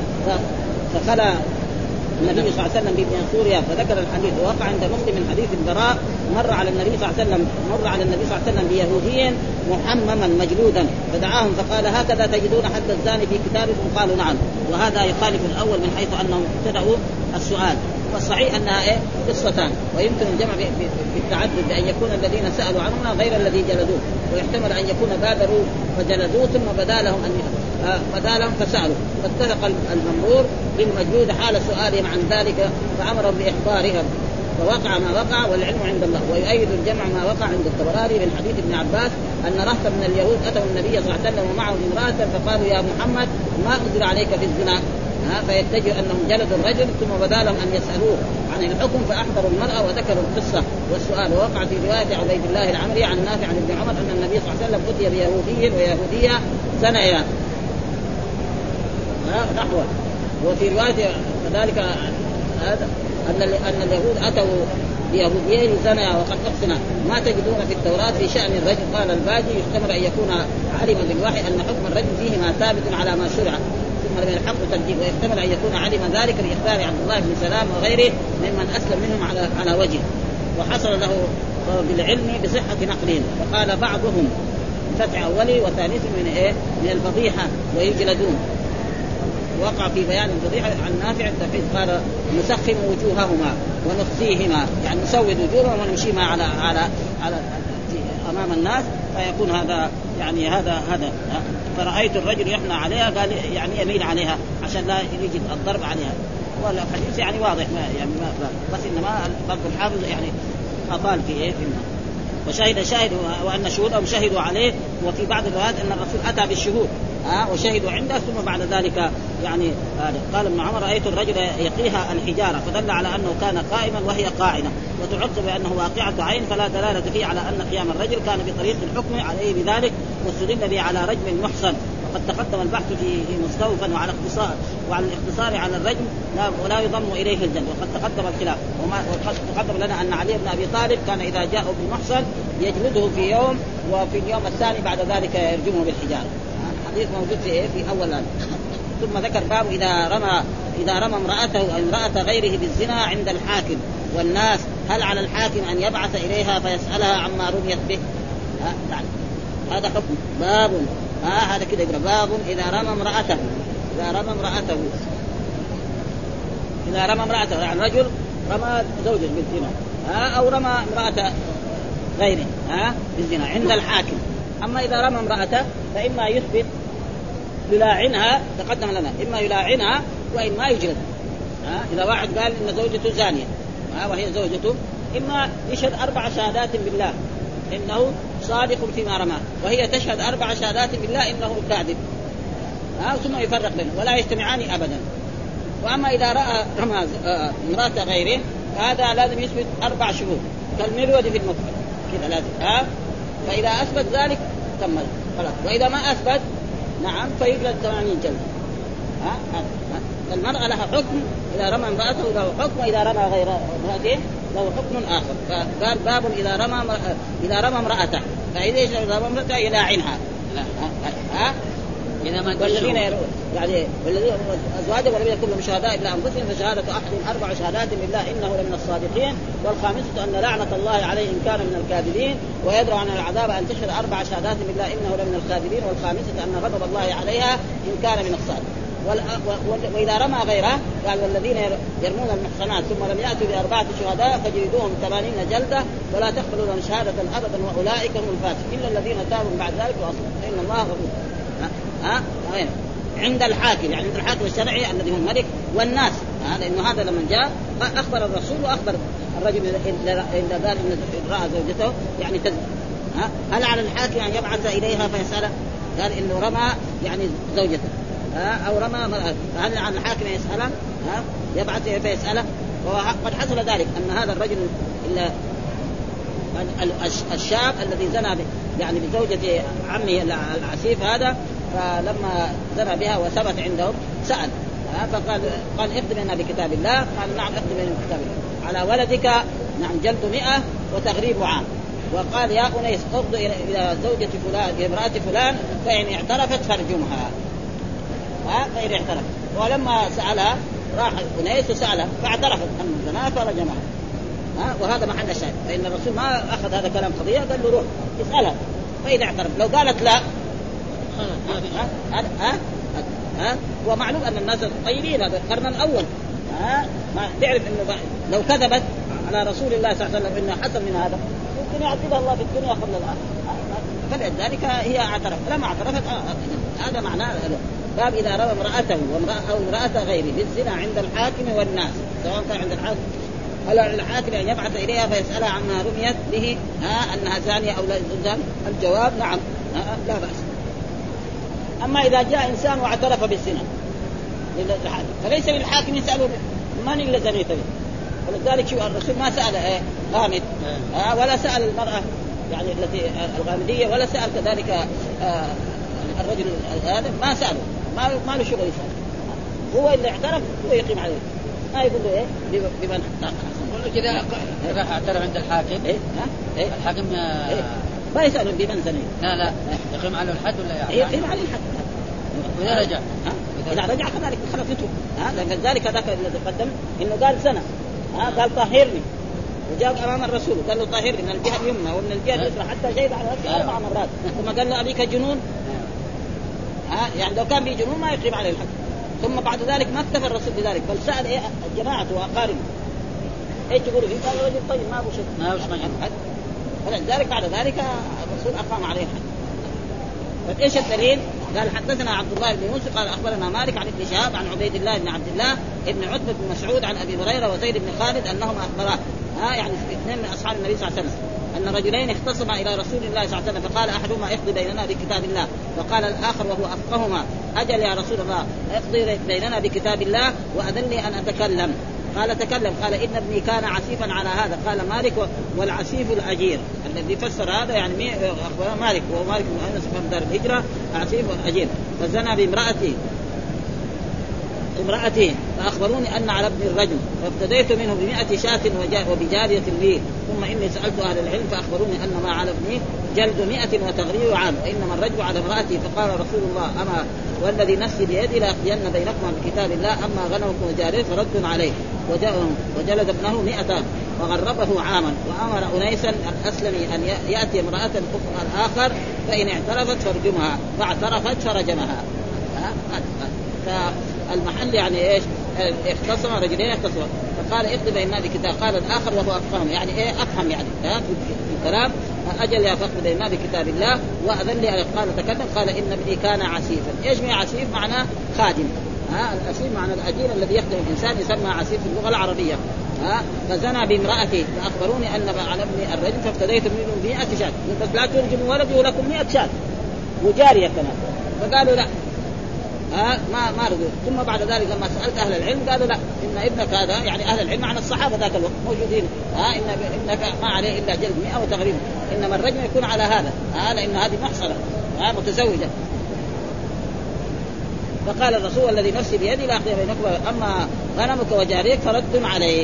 Speaker 2: فخلى النبي صلى الله عليه وسلم بابن سوريا فذكر الحديث ووقع عند مسلم من حديث البراء مر على النبي صلى الله عليه وسلم مر على النبي صلى الله عليه وسلم بيهودي محمما مجلودا فدعاهم فقال هكذا تجدون حد الزاني في كتابكم قالوا نعم. وهذا يخالف الأول من حيث أنهم ابتدأوا السؤال والصحيح أنها إيه قصتان ويمكن الجمع بالتعدد بأن يكون الذين سألوا عنهما غير الذي جلدوه ويحتمل أن يكون بادروا فجلدوه ثم بدا لهم أن بدا لهم فسألوا فاتفق الممرور بالمجلود حال سؤالهم عن ذلك فأمرهم بإحضارهم فوقع ما وقع والعلم عند الله. ويؤيد الجمع ما وقع عند الطبراني من حديث ابن عباس أن رهطا من اليهود أتوا النبي صلى الله عليه وسلم ومعه امرأة فقالوا يا محمد ما أنزل عليك في الزنا فيتجه أنهم جلدوا الرجل ثم بدا لهم أن يسألوه عن الحكم فأحضروا المرأة وذكروا القصة والسؤال. ووقع في رواية عبيد الله العمري عن نافع عن ابن عمر أن النبي صلى الله عليه وسلم أتي بيهودي ويهودية زنيا نحوه. وفي رواية كذلك هذا أن أن اليهود أتوا بيهوديين زنيا وقد أحسنا ما تجدون في التوراة في شأن الرجل. قال الباجي يحتمل أن يكون علم بالوحي أن حكم الرجل فيه ما ثابت على ما شرع ثم من الحق تجديد ويحتمل أن يكون علم ذلك بإخبار عبد الله بن سلام وغيره ممن أسلم منهم على على وجه وحصل له بالعلم بصحة نقلهم. وقال بعضهم فتح أولي وثالث من إيه من الفضيحة ويجلدون. وقع في بيان الفضيحة عن نافع التفيد قال نسخم وجوههما ونخزيهما يعني نسود وجوههم ونمشيما على على على أمام الناس فيكون هذا يعني هذا هذا فرأيت الرجل يحنى عليها قال يعني يميل عليها عشان لا يجد الضرب عليها. والحديث يعني واضح ما يعني ما بس إنما بعض الحافظ يعني أطال في إيه في النار. وشهد شاهد وأن شهودهم شهدوا عليه. وفي بعض الروايات أن الرسول أتى بالشهود ها أه وشهدوا عنده ثم بعد ذلك يعني هذا قال ابن عمر رأيت الرجل يقيها الحجارة فدل على أنه كان قائما وهي قاعدة وتعقب بأنه واقعة عين فلا دلالة فيه على أن قيام الرجل كان بطريق الحكم عليه بذلك واستدل به على رجم المحصن. وقد تقدم البحث في مستوفا وعلى اختصار وعلى الاختصار على الرجم ولا يضم إليه الجلد. وقد تقدم الخلاف وقد تقدم لنا أن علي بن أبي طالب كان إذا جاءوا بالمحصن يجلده في يوم وفي اليوم الثاني بعد ذلك يرجمه بالحجارة. حديث موجود في إيه في أول الآن. ثم ذكر باب إذا رمى إذا رمى امرأته أو امرأة غيره بالزنا عند الحاكم والناس هل على الحاكم أن يبعث إليها فيسألها عما رميت به؟ يعني هذا حكم باب ها هذا كده يقول باب إذا رمى امرأته إذا رمى امرأته إذا رمى امرأته يعني رجل رمى زوجه بالزنا ها أو رمى امرأة غيره ها بالزنا عند الحاكم. أما إذا رمى امرأته فإما يثبت يلاعنها تقدم لنا إما يلاعنها وإما يجلد. ها إذا واحد قال إن زوجته زانية ها وهي زوجته إما يشهد أربع شهادات بالله إنه صادق فيما رمى وهي تشهد أربع شهادات بالله إنه كاذب ها ثم يفرق بينهم ولا يجتمعان أبدا. وأما إذا رأى رمى امرأة غيره هذا لازم يثبت أربع شهود كالمرود في المفعل كذا لازم ها. فإذا أثبت ذلك كمل خلاص. وإذا ما أثبت نعم فيجلد ثمانين جلد. ها المرأة لها حكم إذا رمى امرأته له حكم وإذا رمى غير امرأته له حكم آخر. فقال باب إذا رمى إذا رمى امرأته فإذا رمى امرأته يلاعنها ها إذا ما والذين يعني والذين أزواجه ولم يكن لهم شهداء إلا أنفسهم فشهادة أحدهم أربع شهادات بالله إنه لمن الصادقين والخامسة أن لعنة الله عليه إن كان من الكاذبين ويدرى عن العذاب أن تشهد أربع شهادات بالله إنه لمن الكاذبين والخامسة أن غضب الله عليها إن كان من الصادقين. وإذا رمى غيره قال والذين يرمون المحصنات ثم لم يأتوا بأربعة شهداء فجلدوهم ثمانين جلدة ولا تقبلوا لهم شهادة أبدا وأولئك هم الفاسقون إلا الذين تابوا بعد ذلك وأصلحوا فإن الله غفور. ها وين عند الحاكم يعني عند الحاكم الشرعي الذي هو الملك والناس هذا إنه هذا لما جاء أخبر الرسول وأخبر الرجل إذا قال إن رأى زوجته يعني تزن. ها هل على الحاكم أن يبعث إليها فيسأله؟ قال إنه رمى يعني زوجته ها أو رمى مرأة فهل على الحاكم يسأله؟ ها يبعث فيسأله. وقد حصل ذلك أن هذا الرجل إلا الشاب الذي زنى يعني بزوجة عمه العسيف هذا فلما زنى بها وثبت عندهم سأل فقال قال اقدم لنا بكتاب الله. قال نعم اقدم لنا بكتاب الله على ولدك نعم جلد مئة وتغريب عام. وقال يا أنيس اقض إلى زوجة فلان إلى امرأة فلان فإن اعترفت فارجمها. ها فإن اعترفت ولما سألها راح أنيس وسألها فاعترفت أن زنا فرجمها. ها وهذا محل الشاهد فإن الرسول ما أخذ هذا كلام قضية قال له روح اسألها فإذا اعترف. لو قالت لا ها ها ها ومعلوم أن الناس طيبين هذا القرن الأول ها ما تعرف إنه لو كذبت على رسول الله صلى الله عليه وسلم إنه حصل من هذا ممكن يعذبها الله في الدنيا قبل الآخرة. فلذلك هي اعترفت لما اعترفت هذا معناه باب إذا رمى امرأته أو امرأة غيره بالزنا عند الحاكم والناس سواء كان عند الحاكم هل الحاكم أن يبعث إليها فيسألها عما رميت به ها أنها زانية أو لا زان؟ الجواب نعم لا بأس. أما إذا جاء إنسان واعترف بالزنا للحاكم فليس للحاكم يسأله من اللي زنيت به. ولذلك شو الرسول ما سأل إيه غامد آه ولا سأل المرأة يعني التي الغامدية ولا سأل كذلك آه الرجل هذا ما سأله ما ما له شغل يسأل. هو اللي اعترف هو يقيم عليه ما يقول له إيه بمن
Speaker 1: يقول كذا راح اعترف عند الحاكم
Speaker 2: إيه ها إيه
Speaker 1: الحاكم
Speaker 2: إيه ما يسأله بمن زني
Speaker 1: لا لا يقيم عليه الحد ولا يعني
Speaker 2: يقيم عليه الحد.
Speaker 1: وإذا رجع
Speaker 2: ها إذا رجع كذلك خلاص يتوب. ها لذلك هذاك الذي قدم إنه قال سنة ها قال طهرني وجاء أمام الرسول قال له طهرني من الجهة اليمنى ومن الجهة اليسرى حتى شهد على نفسه أربع مرات ثم قال له أبيك جنون. ها يعني لو كان به جنون ما يقيم عليه الحد. ثم بعد ذلك ما اكتفى الرسول بذلك بل سأل إيه الجماعة وأقاربه إيه تقولوا فيه؟ قال رجل طيب ما أبو شيء
Speaker 1: ما أبو شيء.
Speaker 2: فلذلك بعد ذلك الرسول أقام عليه الحد. فإيش الدليل؟ قال حدثنا عبد الله بن يوسف قال أخبرنا مالك عن ابن شهاب عن عبيد الله بن عبد الله ابن عتبة بن مسعود عن أبي هريرة وزيد بن خالد أنهم أخبراه ها يعني اثنين من أصحاب النبي صلى الله عليه وسلم أن رجلين اختصما إلى رسول الله صلى الله عليه وسلم فقال أحدهما اقضي بيننا بكتاب الله وقال الآخر وهو أفقهما أجل يا رسول الله اقضي بيننا بكتاب الله وأذني أن أتكلم. قال تكلم. قال إن ابني كان عسيفا على هذا. قال مالك والعسيف الأجير الذي فسر هذا يعني مين أخبر مالك وهو مالك بن أنس في دار الهجرة عسيف الأجير فزنى بامرأتي امرأتي فأخبروني أن على ابن الرجل فافتديت منه بمئة شاة وبجارية لي ثم إني سألت أهل العلم فأخبروني أن ما على ابني جلد مئة وتغرير عام وإنما الرجل على امرأتي. فقال رسول الله أما والذي نفسي بيدي لأقضين بينكما بكتاب الله أما غنمكم وجارية فرد عليه وجلد ابنه مئة وغربه عاما وأمر أنيسا الأسلمي أن يأتي امرأة أخرى الآخر فإن اعترفت فرجمها فاعترفت فرجمها. فالمحل يعني إيش اختصم رجلين اختصم فقال اقضي بيننا بكتاب. قال الآخر وهو أفهم يعني إيه أفهم يعني في الكلام أجل يا فقد بيننا بكتاب الله وأذن لي. قال تكلم. قال إن ابني كان عسيفا. إيش معنى عسيف؟ معناه خادم. ها العسيف معنى الأجير الذي يخدم الإنسان يسمى عسيف في اللغة العربية. ها فزنى بامرأتي فأخبروني أن على ابني الرجل فافتديت منه مئة شاة بس لا ترجموا ولدي ولكم مئة شاة وجارية كمان. فقالوا لا ها ما ما رضوا. ثم بعد ذلك لما سألت أهل العلم قالوا لا إن ابنك هذا يعني أهل العلم عن الصحابة ذاك الوقت موجودين ها إن ابنك ما عليه إلا جلد مئة وتغريب إنما الرجل يكون على هذا ها لأن هذه محصنة ها متزوجة. فقال الرسول الذي نفسي بيدي لا أخذ بينكم أما غنمك وجاريك فرد عليك.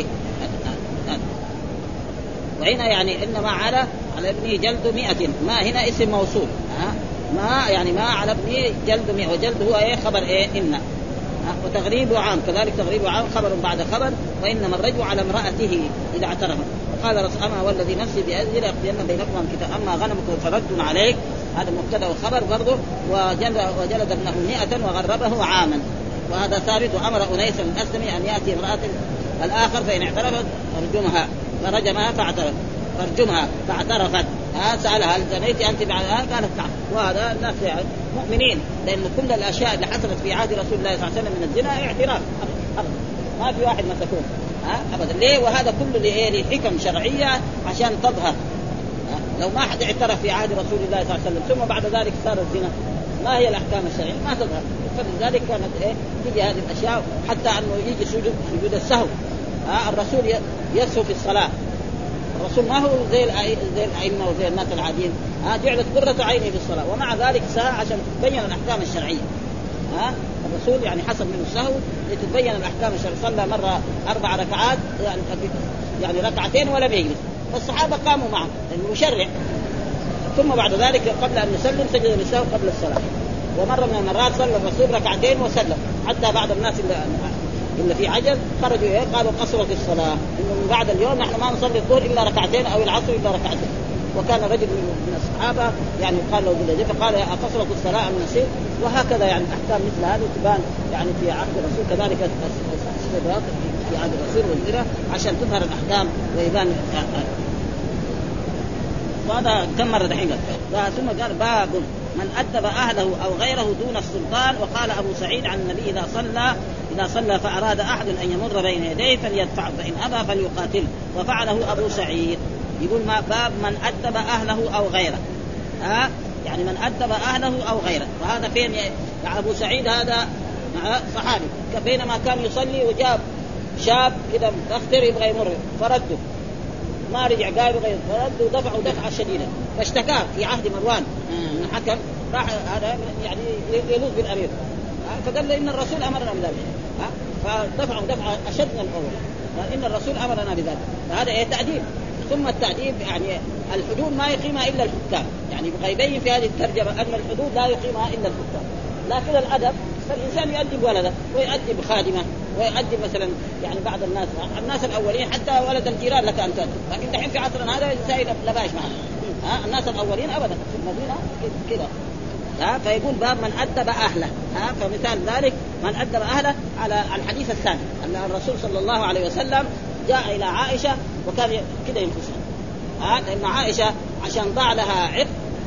Speaker 2: وهنا يعني إنما على على ابني جلد مئة ما هنا اسم موصول ها ما يعني ما على ابني جلد مئة وجلد هو ايه خبر ايه إن وتغريب عام كذلك تغريب عام خبر بعد خبر وإنما الرجل على امرأته إذا اعترف. فقال رسول أما والذي نفسي بيده لأقضين بينكم كتاب أما غنمك فرد عليك هذا مبتدا وخبر برضه وجلد, وجلد ابنه مئة وغربه عاما وهذا ثابت. وأمر أنيسا الأسلمي أن يأتي امرأة الآخر فإن اعترفت فرجمها فرجمها فاعترفت فرجمها فاعترفت ها سألها هل زنيت أنت بعدها قالت نعم. وهذا الناس يعني مؤمنين لأن كل الأشياء اللي حصلت في عهد رسول الله صلى الله عليه وسلم من الزنا اعتراف أبدا ما في واحد مسكون ها أبدا. ليه؟ وهذا كله لإيه؟ لحكم شرعية عشان تظهر. لو ما حد اعترف في عهد رسول الله صلى الله عليه وسلم ثم بعد ذلك صار الزنا ما هي الأحكام الشرعية ما تظهر. فلذلك كانت إيه تيجي هذه الأشياء حتى أنه يجي سجود سجود السهو ها الرسول يسهو في الصلاة. الرسول ما هو زي زي الأئمة وزي الناس العاديين ها جعلت قرة عينه في الصلاة ومع ذلك سهى عشان تبين الأحكام الشرعية. ها الرسول يعني حسب من السهو لتبين الأحكام الشرعية. صلى مرة أربع ركعات يعني يعني ركعتين ولا بيجلس فالصحابة قاموا معه لأنه مشرع. ثم بعد ذلك قبل أن يسلم سجد للسهو قبل الصلاة. ومرة من المرات صلى الرسول ركعتين وسلم حتى بعض الناس اللي إلا في عجل خرجوا إيه قالوا قصرت الصلاة إنه من بعد اليوم نحن ما نصلي الظهر إلا ركعتين أو العصر إلا ركعتين. وكان رجل من الصحابة يعني قال له بالذي فقال قصرت الصلاة من نسيت. وهكذا يعني أحكام مثل هذه تبان يعني في عهد الرسول كذلك الصلاة في عهد الرسول والزنا عشان تظهر الأحكام ويبان. وهذا كم مرة دحين. ثم قال باب من أدب أهله أو غيره دون السلطان. وقال أبو سعيد عن النبي إذا صلى إذا صلى فأراد أحد أن يمر بين يديه فليدفع فإن أبى فليقاتل. وفعله أبو سعيد. يقول ما باب من أدب أهله أو غيره ها يعني من أدب أهله أو غيره. وهذا فين يعني أبو سعيد هذا صحابي بينما كان يصلي وجاب شاب كده مفتر يبغى يمر فرده ما رجع قال يبغى فرده ودفعه دفعة شديدة فاشتكى في عهد مروان من حكم راح هذا يعني يلوذ بالأمير فقال له إن الرسول أمرنا بذلك فدفعه دفعة أشد من الأول إن الرسول أمرنا بذلك. فهذا إيه تأديب. ثم التأديب يعني الحدود ما يقيمها إلا الحكام يعني يبغى يبين في هذه الترجمة أن الحدود لا يقيمها إلا الحكام. لكن الأدب فالإنسان يؤدب ولده ويؤدب خادمه ويؤدب مثلا يعني بعض الناس الناس الأولين حتى ولد الجيران لك أن تؤدب. لكن دحين في عصرنا هذا سائل لباش معنا ها الناس الأولين أبدا في المدينة كذا ها. فيقول باب من أدب أهله ها. فمثال ذلك من أدب أهله على الحديث الثاني أن الرسول صلى الله عليه وسلم جاء إلى عائشة وكان كده ينفسها ها لأن عائشة عشان ضاع لها عقد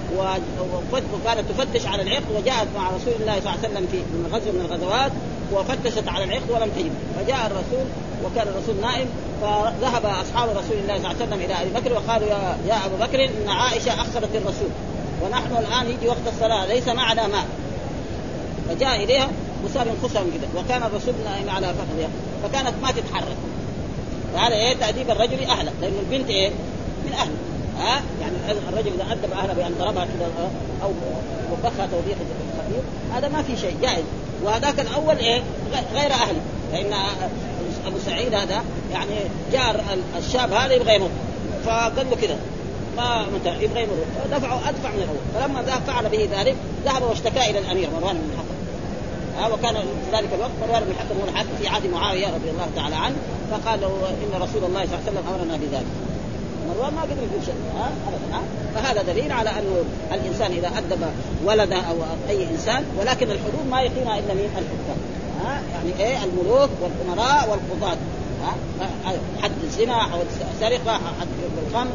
Speaker 2: وكانت تفتش على العقد، وجاءت مع رسول الله صلى الله عليه وسلم في غزوة من الغزوات وفتشت على العقد ولم تجد، فجاء الرسول وكان الرسول نائم، فذهب أصحاب رسول الله صلى الله عليه وسلم إلى أبي بكر وقالوا يا, يا أبو بكر إن عائشة أخرت الرسول ونحن الآن يجي وقت الصلاة ليس معنا ماء. فجاء إليها وصار ينخسهم كده، وكان الرسول نائم على فخذها فكانت ما تتحرك. فهذا إيه تأديب الرجل أهله، لأن البنت إيه من أهله. ها يعني الرجل إذا أدب أهله بأن ضربها كده أو وبخها توبيخ خفيف هذا ما في شيء جائز. وهذاك الأول إيه غير أهله، لأن أبو سعيد هذا يعني جار الشاب هذا يبغى يموت، فقال له كده ما متى يبغى يموت، دفعوا أدفع من الأول. فلما ذهب فعل به ذلك ذهب واشتكى إلى الأمير مروان بن الحكم. ها وكان في ذلك الوقت مروان بن الحكم هو الحاكم في عهد معاوية رضي الله تعالى عنه، فقال له إن رسول الله صلى الله عليه وسلم أمرنا بذلك. مروان ما قدر يقول شيء ها أبدا. فهذا دليل على أنه الإنسان إذا أدب ولده أو أي إنسان، ولكن الحدود ما يقيمها إلا من الحكام. ها يعني إيه الملوك والأمراء والقضاة. ها حد الزنا أو السرقة حد الخمر،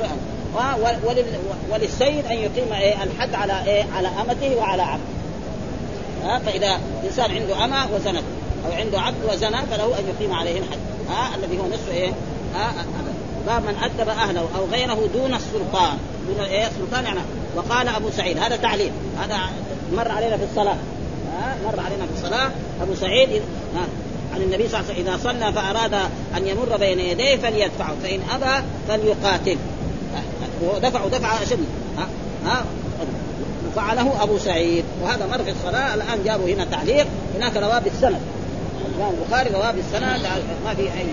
Speaker 2: وللسيد أن يقيم إيه الحد على إيه على أمته وعلى عبده. ها فإذا إنسان عنده أمة وزنت أو عنده عبد وزنا فله أن يقيم عليه الحد. ها الذي هو نصف إيه ها باب من أدب أهله أو غيره دون السلطان، دون إيه السلطان يعني. وقال أبو سعيد هذا تعليل، هذا مر علينا في الصلاة. ها مر علينا في الصلاة أبو سعيد ها عن النبي صلى الله عليه وسلم إذا صلى فأراد أن يمر بين يديه فليدفعه فإن أبى فليقاتل. ودفعوا دفع أشد. ها ها فعله أبو سعيد، وهذا مر في الصلاة. الآن جابوا هنا تعليق، هناك رواه بالسند، الإمام البخاري رواه بالسند ما في أي.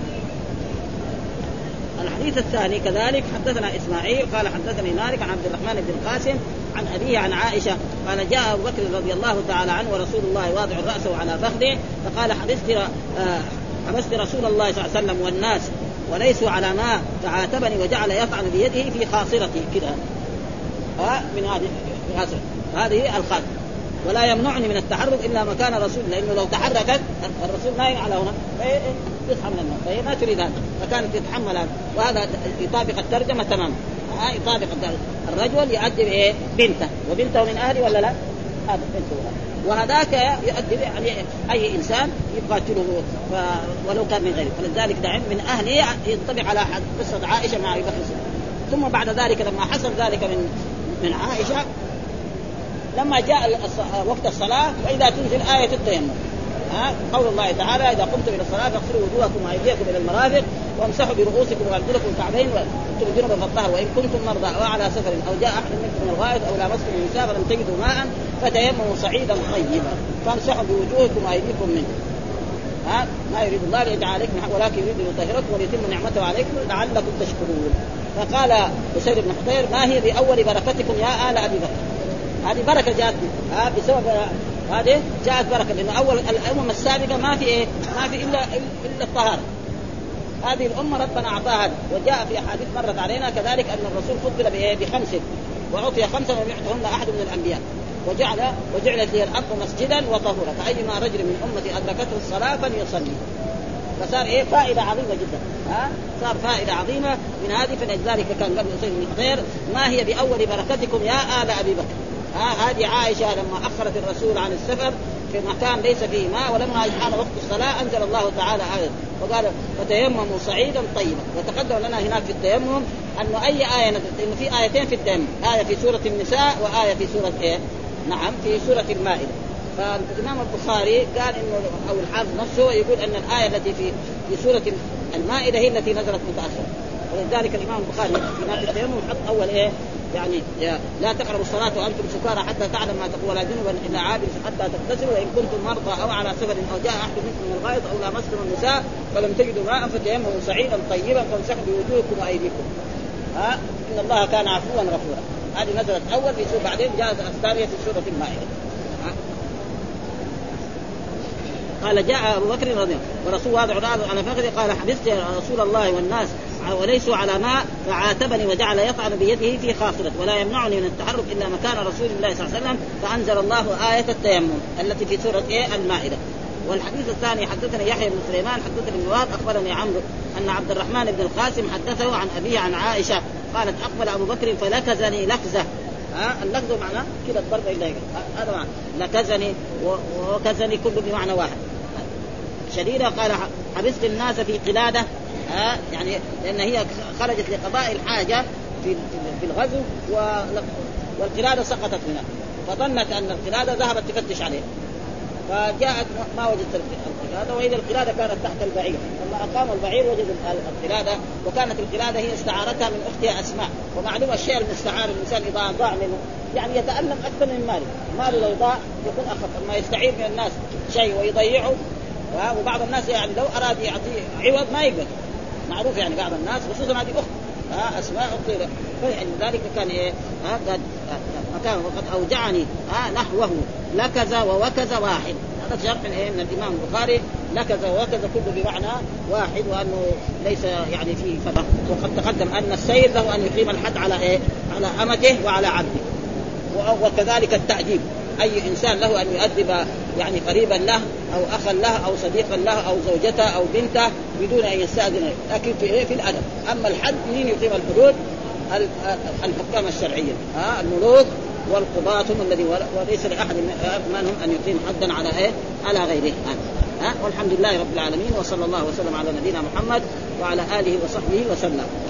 Speaker 2: الحديث الثاني كذلك حدثنا إسماعيل قال حدثني مالك عن عبد الرحمن بن القاسم عن أبيه عن عائشة قال جاء أبو بكر رضي الله تعالى عنه ورسول الله واضع رأسه على فخذه فقال حبست حبست رسول الله صلى الله عليه وسلم والناس وليسوا على ما فعاتبني وجعل يطعن بيده في خاصرتي كده ها من هذه الخاصرة، هذه الخاصرة ولا يمنعني من التحرك إلا مكان رسول، لأنه لو تحركت الرسول نايم على هنا يصحى من النوم، فهي ما تريد هذا فكانت تتحمل هذا. وهذا يطابق الترجمة تماما. ها يطابق الرجل يؤدب إيه بنته وبنته من أهلي ولا لا؟ هذا بنته. وهذاك يؤدب يعني أي إنسان يقاتله ف... ولو كان من غيره. فلذلك دعم من أهلي ينطبق على قصة عائشة مع أبي بكر. ثم بعد ذلك لما حصل ذلك من من عائشة لما جاء وقت الصلاة وإذا تنزل آية التيمم. ها قول الله تعالى إذا قمتم إلى الصلاة فاغسلوا وجوهكم وأيديكم إلى المرافق وامسحوا برؤوسكم وأرجلكم الكعبين وأنتم جنبا فاطهروا وإن كنتم مرضى أو على سفر أو جاء أحد منكم من الغائط أو لامستم النساء فلم تجدوا ماء فتيمموا صعيدا طيبا فامسحوا بوجوهكم وأيديكم منه. ها ما يريد الله ليجعل عليكم ولكن يريد ليطهركم وليتم نعمته عليكم لعلكم تشكرون. فقال أسيد بن حضير ما هي بأول بركتكم يا آل أبي بكر؟ هذه بركة جاءت ها بسبب هذه جاءت بركة، لأن أول الأمم السابقة ما في إيه ما في إلا إلا الطهارة. هذه الأمة ربنا أعطاها. وجاء في أحاديث مرت علينا كذلك أن الرسول فضل بإيه بخمس وعطي خمسة لم يعطهن أحد من الأنبياء وجعل وجعلت لي الأرض مسجدا وطهورا فأيما رجل من أمتي أدركته الصلاة فليصلي. فصار إيه فائدة عظيمة جدا. ها صار فائدة عظيمة من هذه. فلذلك كان قبل أسيد بن حضير ما هي بأول بركتكم يا آل أبي بكر. ها هذه عائشة لما أخرت الرسول عن السفر في مكان ليس فيه ماء ولما حان وقت الصلاة أنزل الله تعالى آية وقال فتيمموا صعيدا طيبا. وتقدم لنا هناك في التيمم أنه أي آية نزلت، إنه في آيتين في التيمم، آية في سورة النساء وآية في سورة إيه؟ نعم في سورة المائدة. فالإمام البخاري قال إنه أو الحافظ نفسه يقول أن الآية التي في في سورة المائدة هي التي نزلت متأخرة. ولذلك الإمام البخاري في في التيمم حط أول إيه يعني لا تقربوا الصلاة وأنتم سكارى حتى تعلم ما تقول ولا جنبا إلا عابر حتى تغتسلوا وإن كنتم مرضى أو على سفر أو جاء أحد منكم من الغائط أو لامستم النساء فلم تجدوا ماء فتيمموا صعيدا طيبا فامسحوا بوجوهكم وأيديكم. ها إن الله كان عفوا غفورا. هذه نزلت أول في سورة بعدين جاءت الثانية في سورة المائدة. قال جاء أبو بكر رضي الله ورسول واضع رأسه على فخذه قال حبست يا رسول الله والناس وليسوا على ماء فعاتبني وجعل يطعن بيده في خاصرة ولا يمنعني من التحرك إلا مكان رسول الله صلى الله عليه وسلم فأنزل الله آية التيمم التي في سورة إيه المائدة. والحديث الثاني حدثني يحيى بن سليمان حدثني ابن وهب أخبرني عمرو أن عبد الرحمن بن القاسم حدثه عن أبيه عن عائشة قالت أقبل أبو بكر فلكزني لكزة ها اللكز معناه كده الضرب إلا هذا معنى لكزني وكزني كله بمعنى واحد. شديدة قال حبست الناس في قلادة ها يعني لأن هي خرجت لقضاء الحاجة في في الغزو والقلادة سقطت منها فظنت أن القلادة ذهبت تفتش عليه فجاءت ما وجدت القلادة وإذا القلادة كانت تحت البعير لما أقام البعير وجد القلادة وكانت القلادة هي استعارتها من أختها أسماء. ومعلوم الشيء المستعار الإنسان إذا ضاع منه يعني يتألم أكثر من ماله ماله لو ضاع يكون أخف ما يستعير من الناس شيء ويضيعه. وبعض الناس يعني لو أراد يعطيه عوض ما يقدر معروف يعني بعض الناس خصوصا هذه أخت ها أسماء أختي فلذلك ذلك كان إيه ها قد مكان وقد أوجعني ها نحوه لكذا ووكذا واحد. هذا شرح من إيه من الإمام البخاري لكذا ووكذا كله بمعنى واحد وأنه ليس يعني فيه فرق. وقد تقدم أن السيد له أن يقيم الحد على إيه على أمته وعلى عبده. وكذلك التأديب أي إنسان له أن يؤدب يعني قريبا له أو أخا له أو صديقا له أو زوجته أو بنته بدون أن يستأذن لكن في إيه في الأدب. أما الحد مين يقيم الحدود؟ الحكام الشرعية ها الملوك والقضاة هم الذي وليس لأحد منهم أن يقيم حدا على إيه على غيره. ها والحمد لله رب العالمين وصلى الله وسلم على نبينا محمد وعلى آله وصحبه وسلم.